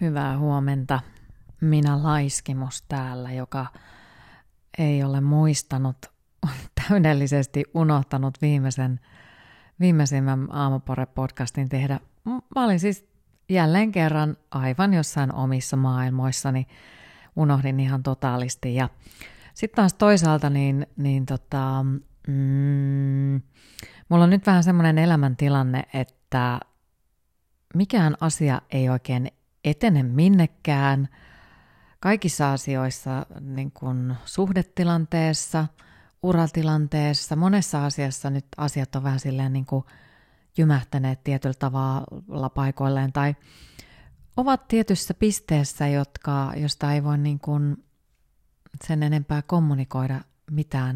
Hyvää huomenta. Minä Laiskimus täällä, joka ei ole muistanut, täydellisesti unohtanut viimeisimmän Aamupare-podcastin tehdä. Mä olin siis jälleen kerran aivan jossain omissa maailmoissani, unohdin ihan totaalisti. Ja sitten taas toisaalta mulla on nyt vähän semmoinen elämäntilanne, että mikään asia ei oikein etene minnekään. Kaikissa asioissa, niin kuin suhdetilanteessa, uratilanteessa, monessa asiassa nyt asiat on vähän silleen niin kuin jymähtäneet tietyllä tavalla paikoilleen tai ovat tietyssä pisteessä, josta ei voi niin kuin sen enempää kommunikoida mitään,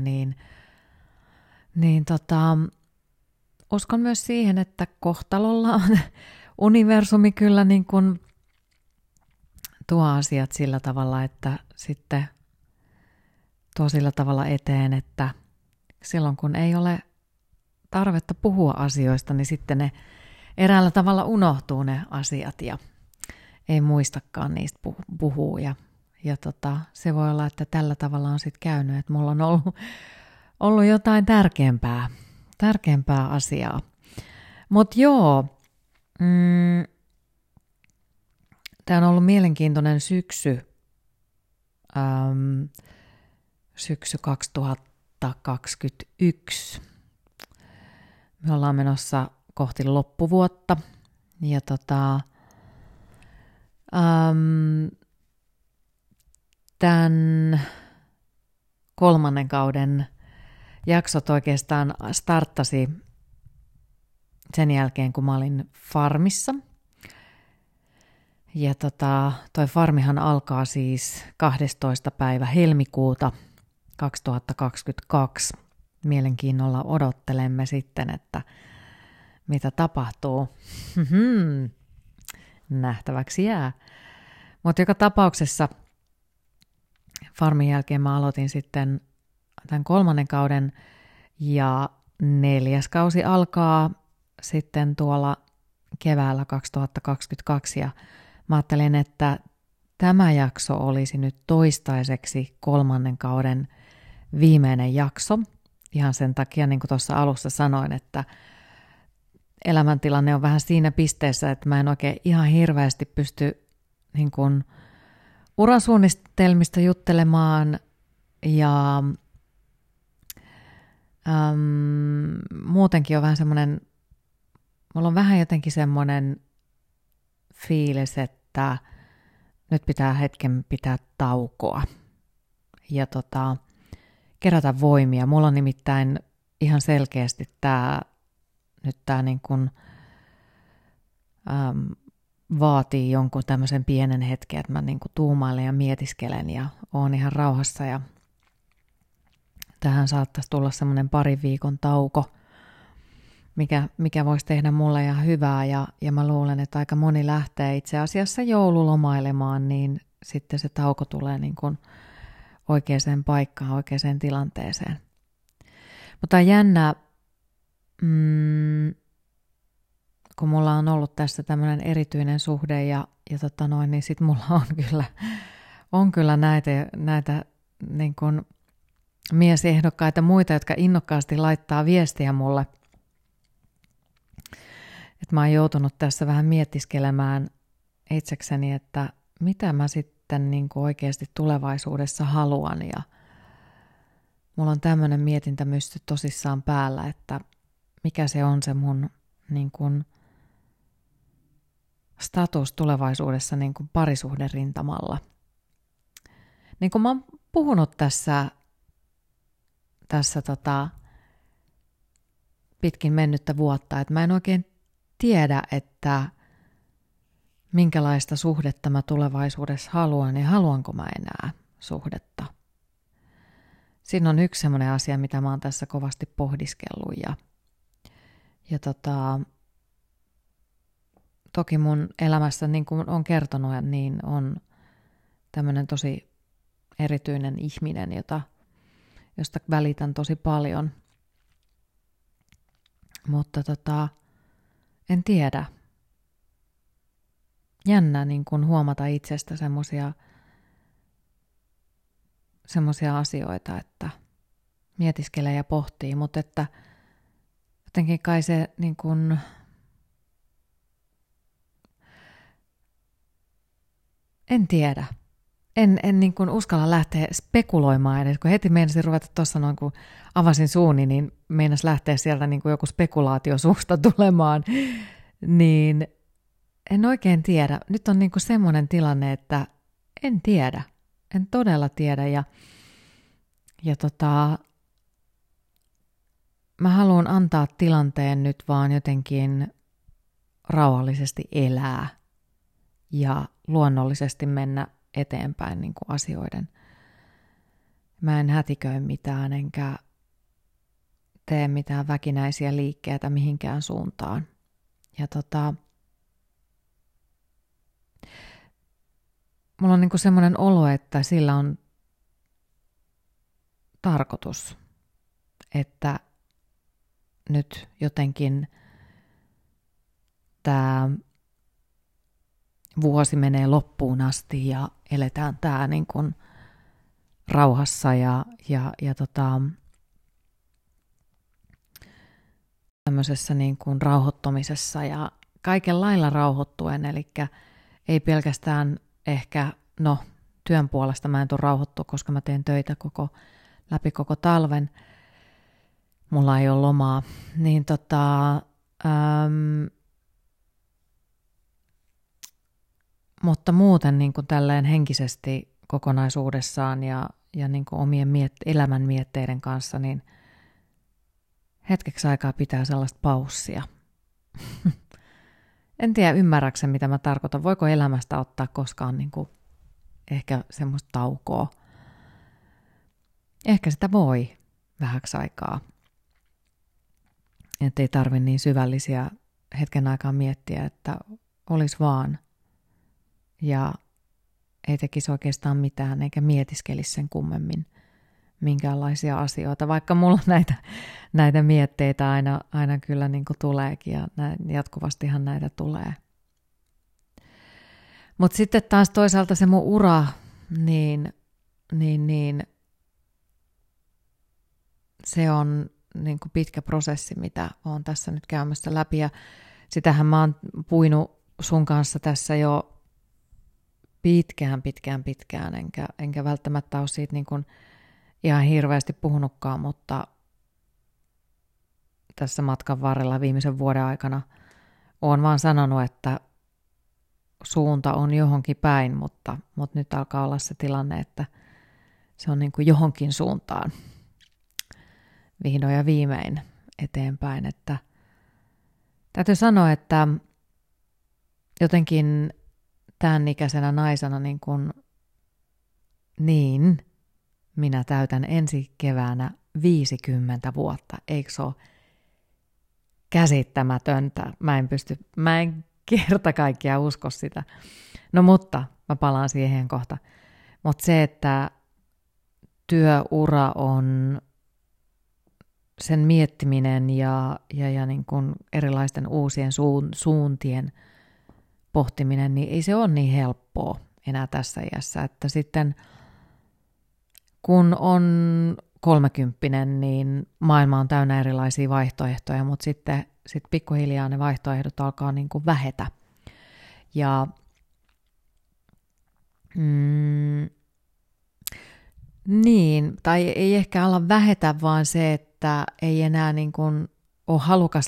uskon myös siihen, että kohtalolla on universumi kyllä niin kuin tuo asiat sillä tavalla, että sitten tuo sillä tavalla eteen, että silloin kun ei ole tarvetta puhua asioista, niin sitten ne eräällä tavalla unohtuu ne asiat ja ei muistakaan niistä puhua. Ja se voi olla, että tällä tavalla on sitten käynyt, että mulla on ollut jotain tärkeämpää asiaa. Mutta joo, tämä on ollut mielenkiintoinen syksy 2021. Me ollaan menossa kohti loppuvuotta ja tämän kolmannen kauden jaksot oikeastaan starttasi sen jälkeen, kun mä olin farmissa. Ja toi farmihan alkaa siis 12. päivä helmikuuta 2022. Mielenkiinnolla odottelemme sitten, että mitä tapahtuu. Nähtäväksi jää. Mutta joka tapauksessa farmin jälkeen mä aloitin sitten tämän kolmannen kauden ja 4. kausi alkaa sitten tuolla keväällä 2022 ja mä ajattelin, että tämä jakso olisi nyt toistaiseksi kolmannen kauden viimeinen jakso. Ihan sen takia, niin kuin tuossa alussa sanoin, että elämäntilanne on vähän siinä pisteessä, että mä en oikein ihan hirveästi pysty niin kuin urasuunnitelmista juttelemaan ja muutenkin on vähän semmoinen, mulla on vähän jotenkin semmoinen fiilis, että nyt pitää hetken pitää taukoa ja kerätä voimia. Mulla on nimittäin ihan selkeästi tämä niin kuin, vaatii jonkun tämmöisen pienen hetken, että mä niin kuin tuumailen ja mietiskelen ja oon ihan rauhassa ja tähän saattaisi tulla semmoinen 2 viikon tauko, mikä voisi tehdä mulle ihan hyvää ja mä luulen, että aika moni lähtee itse asiassa joululomailemaan, niin sitten se tauko tulee niin kuin oikeaan paikkaan, oikeaan tilanteeseen. Mutta on jännä, kun mulla on ollut tässä tämmöinen erityinen suhde niin sit mulla on kyllä näitä niin kuin miesehdokkaita muita, jotka innokkaasti laittaa viestiä mulle. Että mä oon joutunut tässä vähän mietiskelemään itsekseni, että mitä mä sitten niin kuin oikeasti tulevaisuudessa haluan. Ja mulla on tämmöinen mietintämysty tosissaan päällä, että mikä se on se mun niin kuin status tulevaisuudessa niin kuin parisuhderintamalla. Niin kuin mä oon puhunut tässä pitkin mennyttä vuotta, että mä en oikein tiedä, että minkälaista suhdetta mä tulevaisuudessa haluan ja haluanko mä enää suhdetta. Siinä on yksi semmoinen asia, mitä mä oon tässä kovasti pohdiskellut ja toki mun elämässä, niin kuin on kertonut, niin on tämmöinen tosi erityinen ihminen, josta välitän tosi paljon. Mutta en tiedä. jännä niin kuin huomata itsestä semmoisia asioita, että mietiskelee ja pohtii, mutta että jotenkin kai se niin kuin, en tiedä. En niin kuin uskalla lähteä spekuloimaan edes, kun heti meinasin ruveta tuossa noin, kun avasin suuni, niin meinas lähteä sieltä niin kuin joku spekulaatio suusta tulemaan, niin en oikein tiedä. Nyt on niin kuin semmoinen tilanne, että en tiedä. En todella tiedä ja mä haluan antaa tilanteen nyt vaan jotenkin rauhallisesti elää ja luonnollisesti mennä eteenpäin niin kuin asioiden. Mä en hätiköi mitään enkä tee mitään väkinäisiä liikkeitä mihinkään suuntaan. Ja mulla on niin kuin semmoinen olo, että sillä on tarkoitus, että nyt jotenkin tämä vuosi menee loppuun asti ja eletään tää niin kuin rauhassa ja tämmöisessä niin kuin rauhoittumisessa ja kaiken lailla rauhoittuen, eli ei pelkästään ehkä, työn puolesta mä en tule rauhoittua, koska mä teen töitä läpi koko talven, mulla ei ole lomaa, niin mutta muuten niin kuin tälleen henkisesti kokonaisuudessaan ja niin kuin omien elämän mietteiden kanssa, niin hetkeksi aikaa pitää sellaista paussia. En tiedä, ymmärräksä mitä mä tarkoitan. Voiko elämästä ottaa koskaan niin kuin ehkä semmoista taukoa? Ehkä sitä voi vähäksi aikaa. Että ei tarvitse niin syvällisiä hetken aikaa miettiä, että olisi vaan. Ja ei tekisi oikeastaan mitään, eikä mietiskelisi sen kummemmin minkäänlaisia asioita, vaikka mulla näitä mietteitä aina kyllä niin kuin tuleekin ja jatkuvastihan näitä tulee. Mutta sitten taas toisaalta se mun ura, niin se on niin kuin pitkä prosessi, mitä olen tässä nyt käymässä läpi ja sitähän mä oon puinut sun kanssa tässä jo pitkään, enkä välttämättä ole siitä niin kuin ihan hirveästi puhunutkaan, mutta tässä matkan varrella viimeisen vuoden aikana olen vaan sanonut, että suunta on johonkin päin, mutta nyt alkaa olla se tilanne, että se on niin kuin johonkin suuntaan vihdoin ja viimein eteenpäin. Että täytyy sanoa, että jotenkin tämän ikäisenä naisena niin minä täytän ensi keväänä 50 vuotta. Eikö se ole käsittämätöntä? Mä en kerta kaikkiaan usko sitä. No mutta, mä palaan siihen kohta. Mutta se, että työura on sen miettiminen ja niin kuin erilaisten uusien suuntien pohtiminen, niin ei se ole niin helppoa enää tässä iässä, että sitten kun on 30, niin maailma on täynnä erilaisia vaihtoehtoja, mutta sitten pikkuhiljaa ne vaihtoehdot alkaa niin kuin vähetä. Ja niin, tai ei ehkä ala vähetä, vaan se, että ei enää niin kuin ole halukas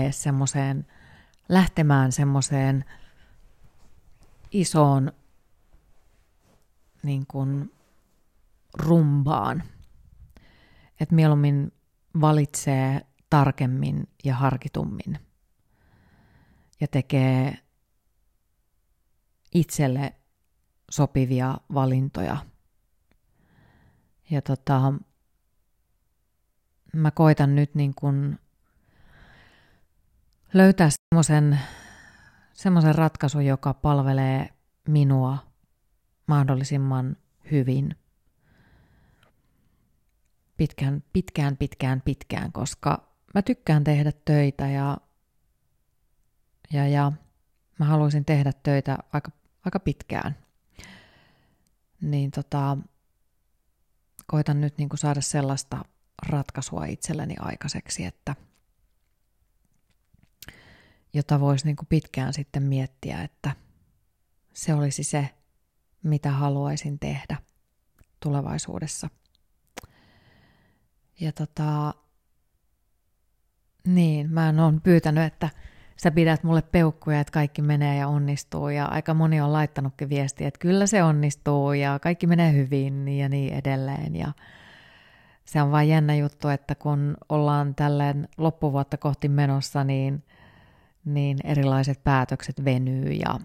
lähtemään semmoiseen isoon niin kuin rumbaan. Että mieluummin valitsee tarkemmin ja harkitummin ja tekee itselle sopivia valintoja. Ja mä koitan nyt niin kuin löytää semmoisen ratkaisun, joka palvelee minua mahdollisimman hyvin pitkään, koska mä tykkään tehdä töitä ja mä haluaisin tehdä töitä aika pitkään. Niin koitan nyt niin kuin saada sellaista ratkaisua itselleni aikaiseksi, että jota voisi niin kuin pitkään sitten miettiä, että se olisi se, mitä haluaisin tehdä tulevaisuudessa. Ja niin, mä oon pyytänyt, että sä pidät mulle peukkuja, että kaikki menee ja onnistuu. Ja aika moni on laittanutkin viestiä, että kyllä se onnistuu ja kaikki menee hyvin ja niin edelleen. Ja se on vaan jännä juttu, että kun ollaan tälleen loppuvuotta kohti menossa, niin erilaiset päätökset venyy ja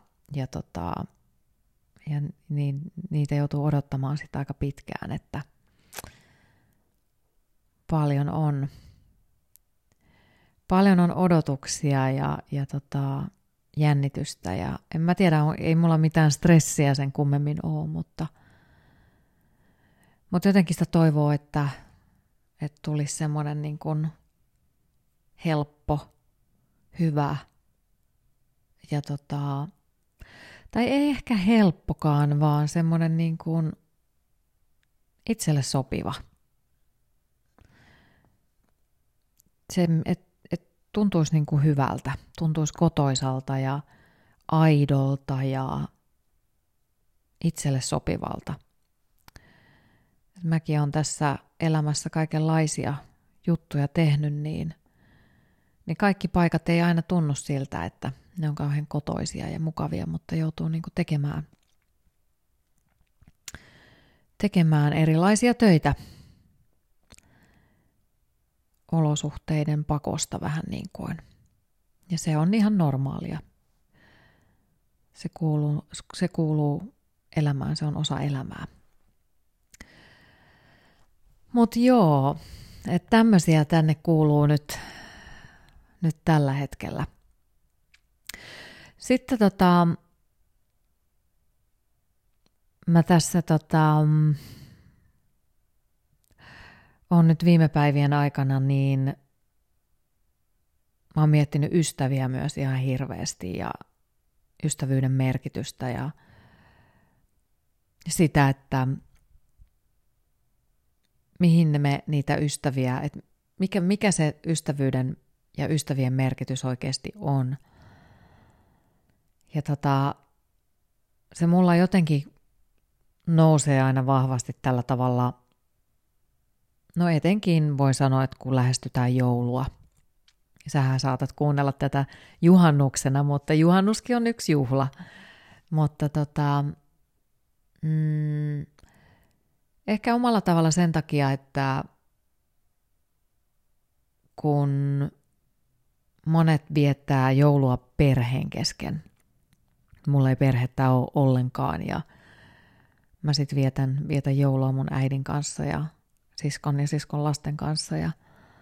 niitä joutuu odottamaan sitä aika pitkään, että paljon on odotuksia ja jännitystä ja en mä tiedä, ei mulla mitään stressiä sen kummemmin ole, mutta jotenkin sitä toivoo, että tulisi semmoinen niin kuin helppo, hyvä ja tai ei ehkä helppokaan, vaan semmoinen niin kuin itselle sopiva. Se, että tuntuisi niin kuin hyvältä, tuntuisi kotoisalta ja aidolta ja itselle sopivalta. Mäkin olen tässä elämässä kaikenlaisia juttuja tehnyt, niin kaikki paikat ei aina tunnu siltä, että ne on kauhean kotoisia ja mukavia, mutta joutuu niin kuin tekemään erilaisia töitä olosuhteiden pakosta vähän niin kuin. Ja se on ihan normaalia. Se kuuluu elämään, se on osa elämää. Mut joo, että tämmöisiä tänne kuuluu nyt tällä hetkellä. Sitten mä tässä on nyt viime päivien aikana, niin mä oon miettinyt ystäviä myös ihan hirveästi ja ystävyyden merkitystä ja sitä, että mihin me niitä ystäviä, että mikä se ystävyyden ja ystävien merkitys oikeasti on. Ja se mulla jotenkin nousee aina vahvasti tällä tavalla, no etenkin voi sanoa, että kun lähestytään joulua. Sähän saatat kuunnella tätä juhannuksena, mutta juhannuskin on yksi juhla. Mutta ehkä omalla tavalla sen takia, että kun monet viettää joulua perheen kesken. Mulla ei perhettä ole ollenkaan ja mä sit vietän joulua mun äidin kanssa ja siskon lasten kanssa ja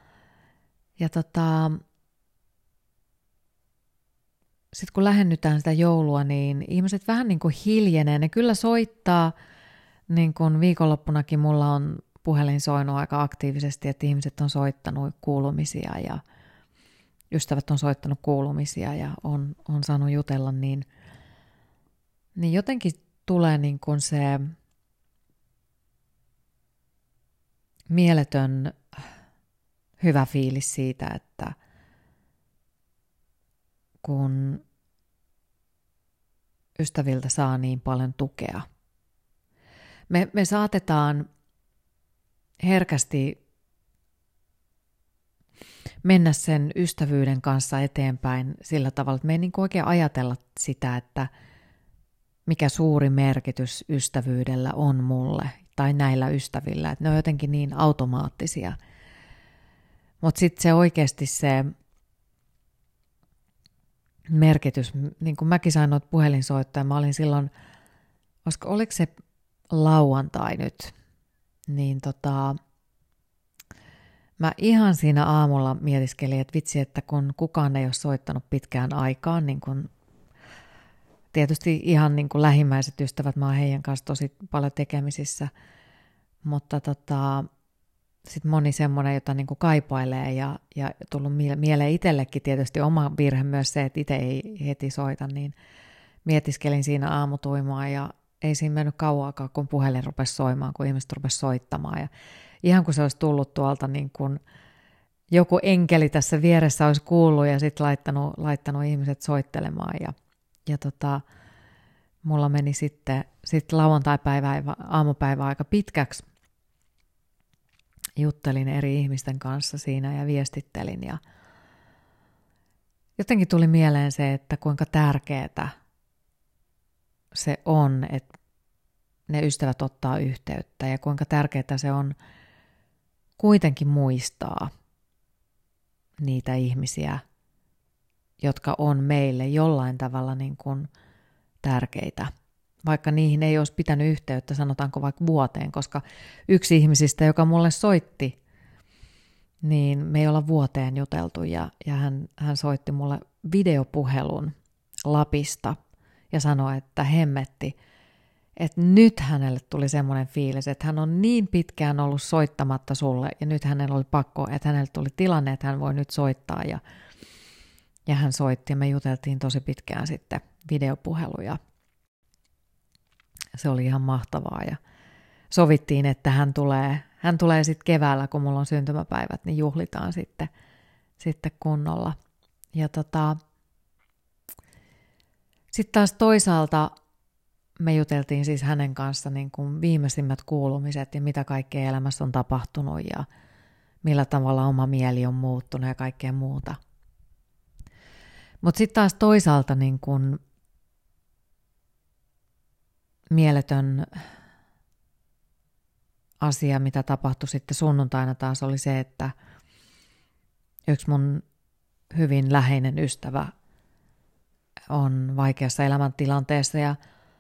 sit kun lähennytään sitä joulua, niin ihmiset vähän niin kuin hiljenee. Ne kyllä soittaa, niin kuin viikonloppunakin mulla on puhelin soinut aika aktiivisesti, että ihmiset on soittanut kuulumisia ja ystävät on soittanut kuulumisia ja on saanut jutella, niin jotenkin tulee niin kuin se mieletön hyvä fiilis siitä, että kun ystäviltä saa niin paljon tukea. Me saatetaan herkästi mennä sen ystävyyden kanssa eteenpäin sillä tavalla, että me ei niin kuin oikein ajatella sitä, että mikä suuri merkitys ystävyydellä on mulle tai näillä ystävillä, että ne on jotenkin niin automaattisia. Mutta sitten se oikeasti se merkitys, niin kuin mäkin sain noita puhelinsoittoja, mä olin silloin, oliko se lauantai nyt, niin mä ihan siinä aamulla mietiskelin, että vitsi, että kun kukaan ei ole soittanut pitkään aikaan, niin kun tietysti ihan niin kuin lähimmäiset ystävät, mä oon heidän kanssa tosi paljon tekemisissä, mutta sit moni semmoinen, jota niin kuin kaipailee ja tullut mieleen itsellekin tietysti oma virhe myös se, että itse ei heti soita, niin mietiskelin siinä aamutuimaa ja ei siinä mennyt kauaakaan, kun puhelin rupesi soimaan, kun ihmiset rupesi soittamaan ja ihan kun se olisi tullut tuolta niin kuin joku enkeli tässä vieressä olisi kuullut ja sitten laittanut ihmiset soittelemaan ja mulla meni sitten aamupäivä aika pitkäksi. Juttelin eri ihmisten kanssa siinä ja viestittelin ja jotenkin tuli mieleen se, että kuinka tärkeää se on, että ne ystävät ottaa yhteyttä ja kuinka tärkeää se on kuitenkin muistaa niitä ihmisiä, jotka on meille jollain tavalla niin kuin tärkeitä. Vaikka niihin ei olisi pitänyt yhteyttä, sanotaanko vaikka vuoteen, koska yksi ihmisistä, joka mulle soitti, niin me ei olla vuoteen juteltu ja hän soitti mulle videopuhelun Lapista ja sanoi, että hemmetti, että nyt hänelle tuli semmoinen fiilis, että hän on niin pitkään ollut soittamatta sulle ja nyt hänellä oli pakko, että hänelle tuli tilanne, että hän voi nyt soittaa ja hän soitti ja me juteltiin tosi pitkään sitten videopuheluja. Se oli ihan mahtavaa ja sovittiin, että hän tulee sitten keväällä, kun mulla on syntymäpäivät, niin juhlitaan sitten kunnolla. Ja sitten taas toisaalta me juteltiin siis hänen kanssa niin kuin viimeisimmät kuulumiset ja mitä kaikkea elämässä on tapahtunut ja millä tavalla oma mieli on muuttunut ja kaikkea muuta. Mutta sitten taas toisaalta niin kuin mieletön asia, mitä tapahtui sitten sunnuntaina taas oli se, että yksi mun hyvin läheinen ystävä on vaikeassa elämäntilanteessa ja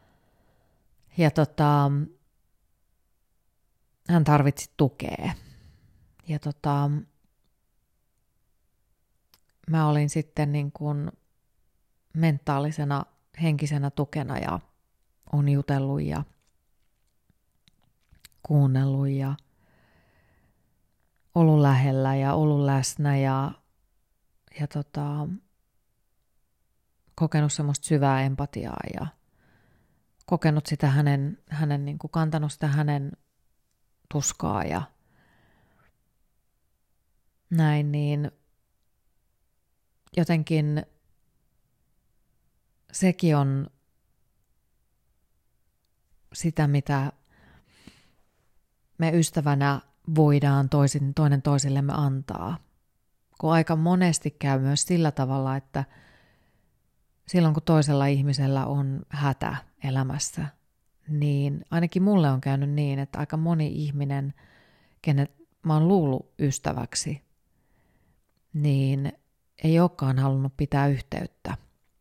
hän tarvitsi tukea. Ja mä olin sitten niin kuin mentaalisena, henkisenä tukena ja on jutellut ja kuunnellut ja ollut lähellä ja ollut läsnä ja kokenut semmoista syvää empatiaa ja kokenut sitä hänen niin kuin kantanut sitä hänen tuskaa ja näin, niin jotenkin sekin on sitä, mitä me ystävänä voidaan toinen toisillemme antaa. Kun aika monesti käy myös sillä tavalla, että silloin kun toisella ihmisellä on hätä elämässä, niin ainakin mulle on käynyt niin, että aika moni ihminen, kenet mä oon luullut ystäväksi, niin ei olekaan halunnut pitää yhteyttä.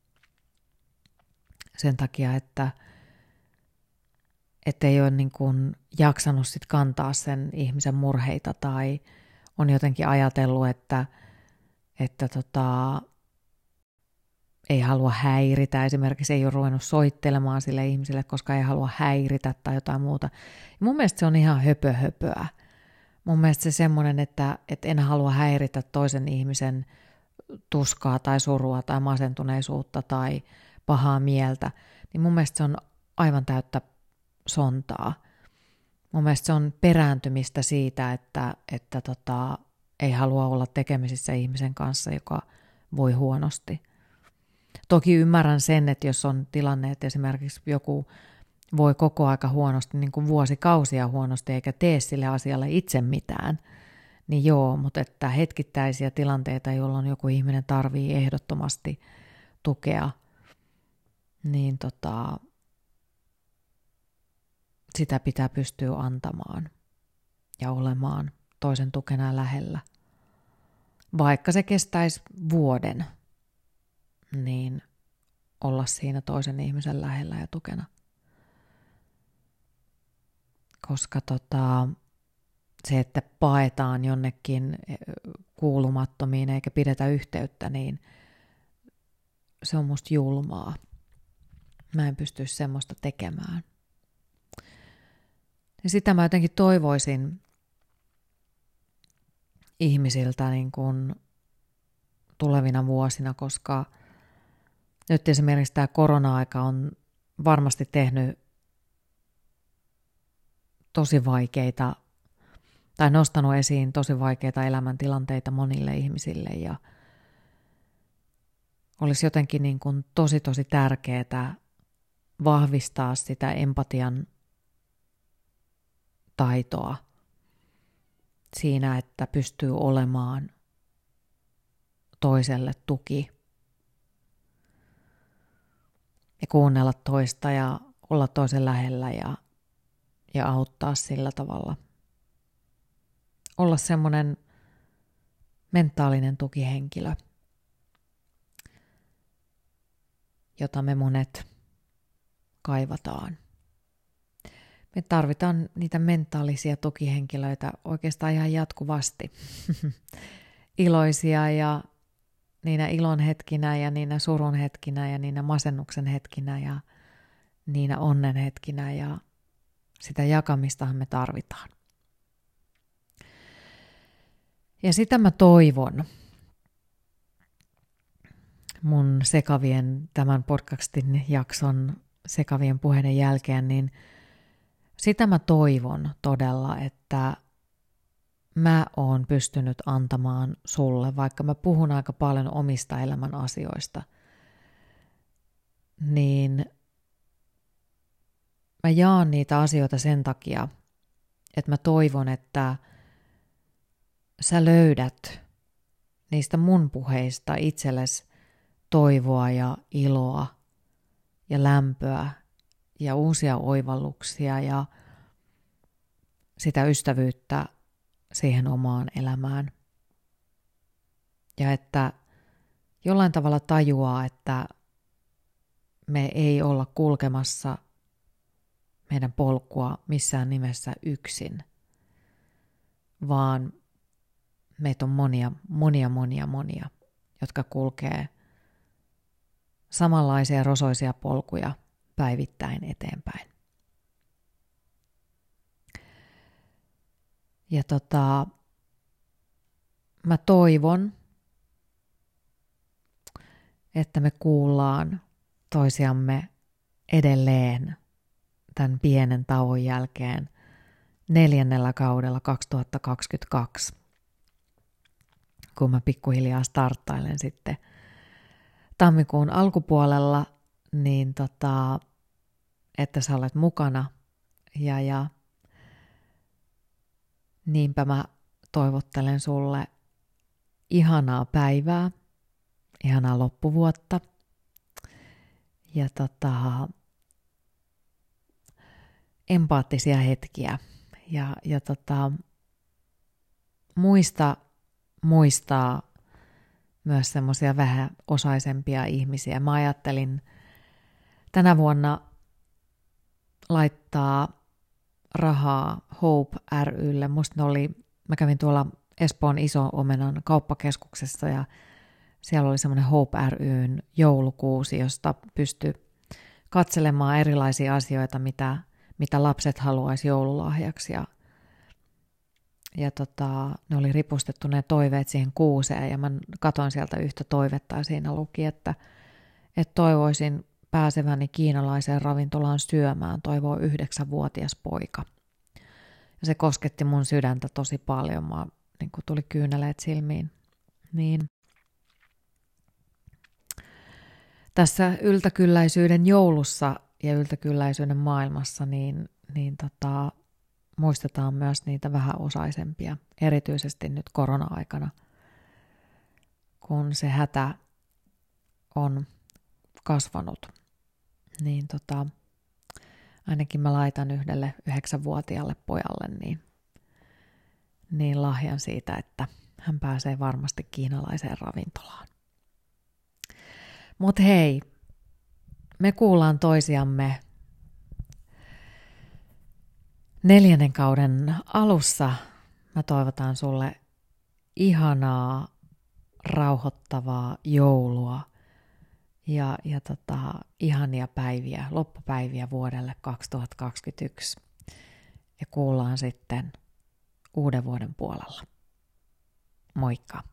Sen takia, että ei ole niin kuin jaksanut sit kantaa sen ihmisen murheita tai on jotenkin ajatellut, että ei halua häiritä. Esimerkiksi ei ole ruvennut soittelemaan sille ihmiselle, koska ei halua häiritä tai jotain muuta. Ja mun mielestä se on ihan höpöhöpöä. Mun mielestä se semmoinen, että en halua häiritä toisen ihmisen tuskaa tai surua tai masentuneisuutta tai pahaa mieltä, niin mun mielestä se on aivan täyttä sontaa. Mun mielestä se on perääntymistä siitä, että ei halua olla tekemisissä ihmisen kanssa, joka voi huonosti. Toki ymmärrän sen, että jos on tilanne, että esimerkiksi joku voi koko aika huonosti, niin kuin vuosikausia huonosti, eikä tee sille asialle itse mitään, niin joo, mutta että hetkittäisiä tilanteita, jolloin joku ihminen tarvii ehdottomasti tukea, niin sitä pitää pystyä antamaan ja olemaan toisen tukena lähellä. Vaikka se kestäisi vuoden, niin olla siinä toisen ihmisen lähellä ja tukena. Koska se, että paetaan jonnekin kuulumattomiin eikä pidetä yhteyttä, niin se on musta julmaa. Mä en pystyisi semmoista tekemään. Ja sitä mä jotenkin toivoisin, ihmisiltä niin kuin tulevina vuosina, koska nyt esimerkiksi tämä korona-aika on varmasti tehnyt tosi vaikeita tai nostanut esiin tosi vaikeita elämäntilanteita monille ihmisille ja olisi jotenkin niin kuin tosi tärkeää vahvistaa sitä empatian taitoa siinä, että pystyy olemaan toiselle tuki ja kuunnella toista ja olla toisen lähellä ja auttaa sillä tavalla. Olla semmoinen mentaalinen tukihenkilö, jota me monet kaivataan. Me tarvitaan niitä mentaalisia tukihenkilöitä oikeastaan ihan jatkuvasti. Iloisia ja niinä ilon hetkinä ja niinä surun hetkinä ja niinä masennuksen hetkinä ja niinä onnen hetkinä ja sitä jakamistahan me tarvitaan. Ja sitä mä toivon mun tämän podcastin jakson sekavien puheiden jälkeen, niin sitä mä toivon todella, että mä oon pystynyt antamaan sulle, vaikka mä puhun aika paljon omista elämän asioista, niin mä jaan niitä asioita sen takia, että mä toivon, että sä löydät niistä mun puheista itsellesi toivoa ja iloa ja lämpöä ja uusia oivalluksia ja sitä ystävyyttä siihen omaan elämään. Ja että jollain tavalla tajuaa, että me ei olla kulkemassa meidän polkua missään nimessä yksin, vaan meitä on monia, jotka kulkee samanlaisia rosoisia polkuja päivittäin eteenpäin. Ja mä toivon, että me kuullaan toisiamme edelleen tämän pienen tauon jälkeen 4. kaudella 2022, kun mä pikkuhiljaa starttailen sitten tammikuun alkupuolella, niin että sä olet mukana ja niinpä mä toivottelen sulle ihanaa päivää, ihanaa loppuvuotta ja empaattisia hetkiä ja muistaa myös semmoisia vähäosaisempia ihmisiä. Mä ajattelin tänä vuonna laittaa rahaa Hope ry:lle. Mä kävin tuolla Espoon Iso-Omenan kauppakeskuksessa ja siellä oli semmoinen Hope ry:n joulukuusi, josta pystyi katselemaan erilaisia asioita, mitä lapset haluaisi joululahjaksi. Ja ne oli ripustettu ne toiveet siihen kuuseen ja mä katoin sieltä yhtä toivetta ja siinä luki, että toivoisin pääseväni kiinalaiseen ravintolaan syömään, toivoo 9-vuotias poika. Ja se kosketti mun sydäntä tosi paljon, niin kun tuli kyyneleet silmiin. Niin. Tässä yltäkylläisyyden joulussa ja yltäkylläisyyden maailmassa niin muistetaan myös niitä vähäosaisempia, erityisesti nyt korona-aikana, kun se hätä on kasvanut. Niin ainakin mä laitan yhdelle 9-vuotiaalle pojalle niin lahjan siitä, että hän pääsee varmasti kiinalaiseen ravintolaan. Mut hei, me kuullaan toisiamme 4. kauden alussa. Mä toivotan sulle ihanaa, rauhoittavaa joulua ja ihania päiviä, loppupäiviä vuodelle 2021. Ja kuullaan sitten uuden vuoden puolella. Moikka!